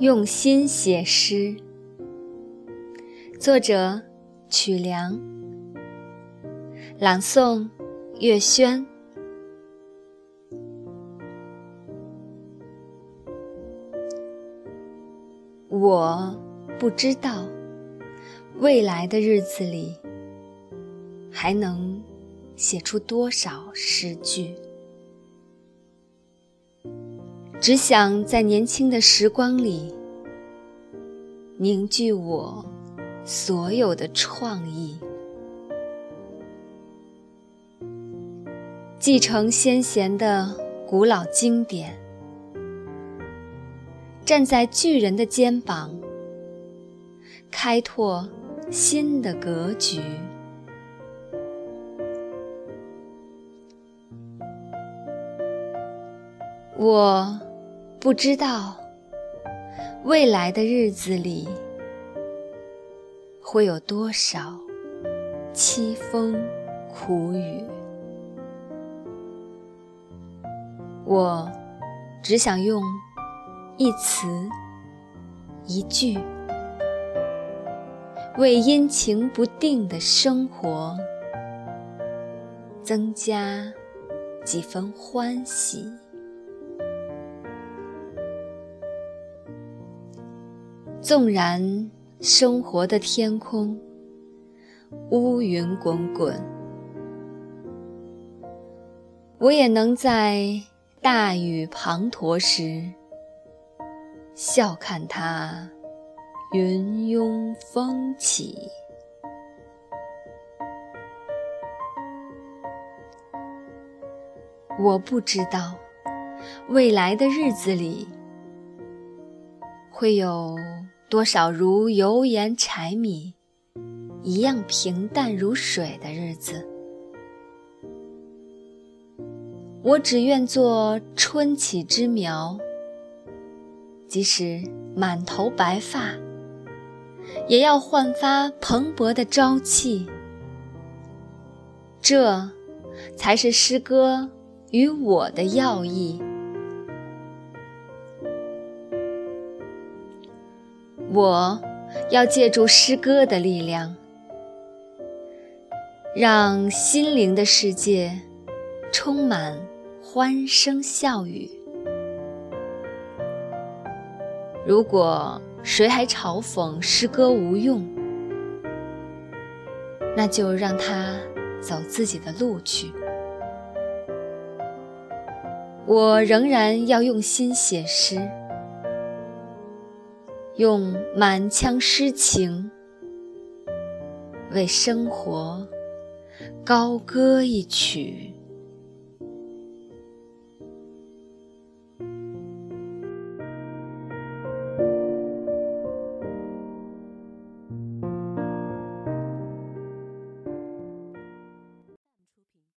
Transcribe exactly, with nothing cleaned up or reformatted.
用心写诗，作者曲梁，朗诵月轩。我不知道未来的日子里还能写出多少诗句，只想在年轻的时光里凝聚我所有的创意，继承先贤的古老经典，站在巨人的肩膀，开拓新的格局。我不知道未来的日子里会有多少凄风苦雨，我只想用一词一句，为阴晴不定的生活增加几分欢喜。纵然生活的天空乌云滚滚，我也能在大雨滂沱时笑看它云涌风起。我不知道未来的日子里会有多少如油盐柴米一样平淡如水的日子，我只愿做春起之苗，即使满头白发，也要焕发蓬勃的朝气。这才是诗歌与我的要义。我要借助诗歌的力量，让心灵的世界充满欢声笑语。如果谁还嘲讽诗歌无用，那就让他走自己的路去。我仍然要用心写诗，用满腔诗情为生活高歌一曲。